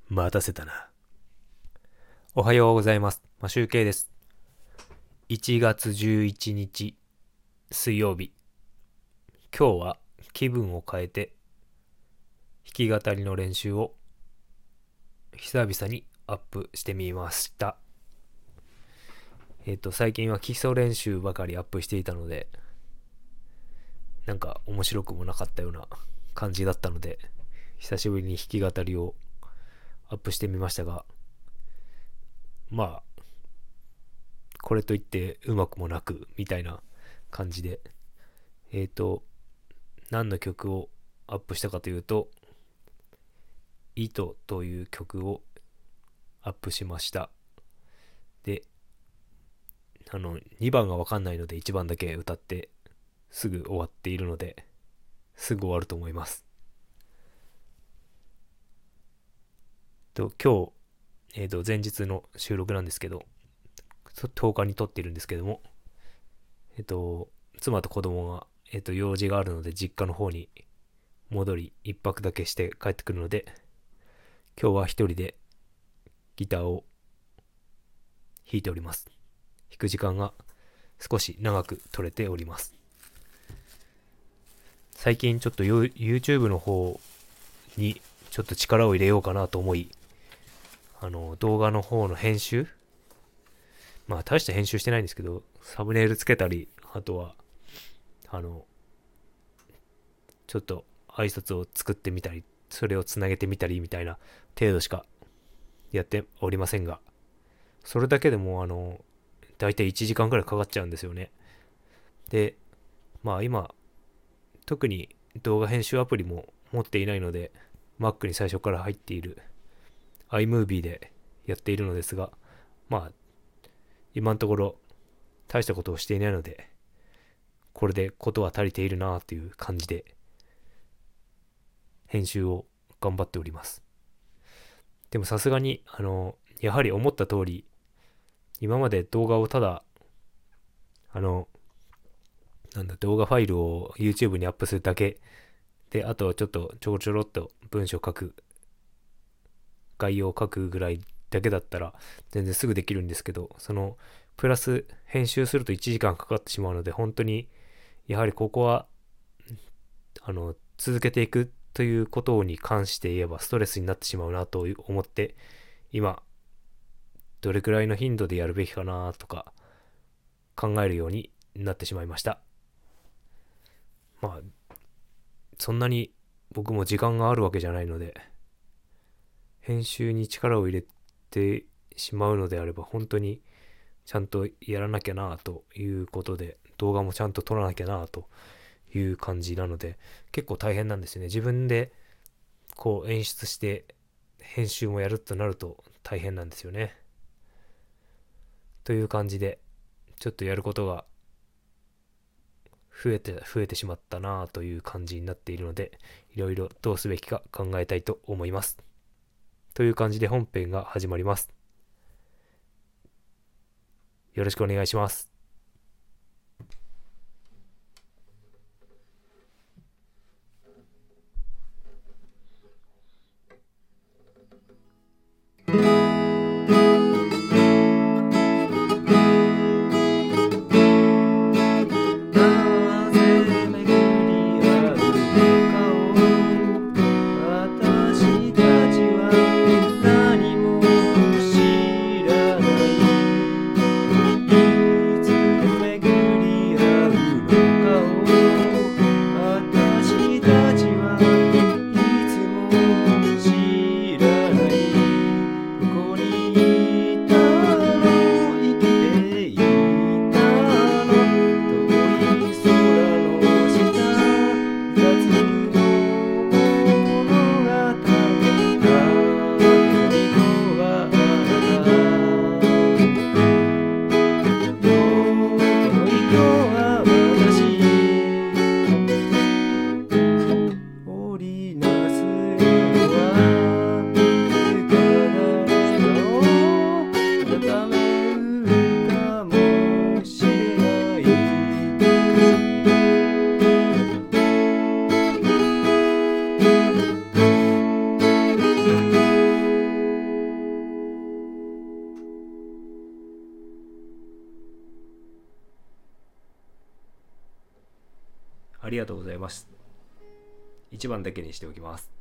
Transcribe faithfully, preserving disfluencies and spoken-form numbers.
待たせたな。おはようございます。マシュウケイです。いちがつじゅういちにち水曜日。今日は気分を変えて弾き語りの練習を久々にアップしてみました。えっと最近は基礎練習ばかりアップしていたので、なんか面白くもなかったような感じだったので、久しぶりに弾き語りをアップしてみましたが、まあこれといってうまくもなくみたいな感じで、えっと何の曲をアップしたかというと、糸という曲をアップしました。で、あのにばんがわかんないのでいちばんだけ歌ってすぐ終わっているので、すぐ終わると思います。と今日、えー、と前日の収録なんですけど、とおかに撮っているんですけども、えっ、と妻と子供が、えー、と用事があるので実家の方に戻り一泊だけして帰ってくるので、今日は一人でギターを弾いております。弾く時間が少し長く取れております。最近ちょっと YouTube の方にちょっと力を入れようかなと思い、あの動画の方の編集、まあ大して編集してないんですけど、サムネイルつけたり、あとはあのちょっと挨拶を作ってみたり、それをつなげてみたりみたいな程度しかやっておりませんが、それだけでもあのだいたいいちじかんくらいかかっちゃうんですよね。で、まあ今特に動画編集アプリも持っていないので、 Mac に最初から入っている iMovie でやっているのですが、まあ今のところ大したことをしていないので、これでことは足りているなという感じで編集を頑張っております。でもさすがにあのやはり思った通り、今まで動画をただあのなんだ動画ファイルを YouTube にアップするだけで、あとはちょっとちょろちょろっと文章書く、概要を書くぐらいだけだったら全然すぐできるんですけど、そのプラス編集するといちじかんかかってしまうので、本当にやはりここはあの続けていくということに関して言えばストレスになってしまうなと思って、今どれくらいの頻度でやるべきかなとか考えるようになってしまいました。まあそんなに僕も時間があるわけじゃないので、編集に力を入れてしまうのであれば本当にちゃんとやらなきゃなということで、動画もちゃんと撮らなきゃなという感じなので、結構大変なんですよね。自分でこう演出して編集もやるとなると大変なんですよね。という感じで、ちょっとやることが増えて増えてしまったなという感じになっているので、いろいろどうすべきか考えたいと思います。という感じで本編が始まります。よろしくお願いします。 いつありがとうございます。いちばんだけにしておきます。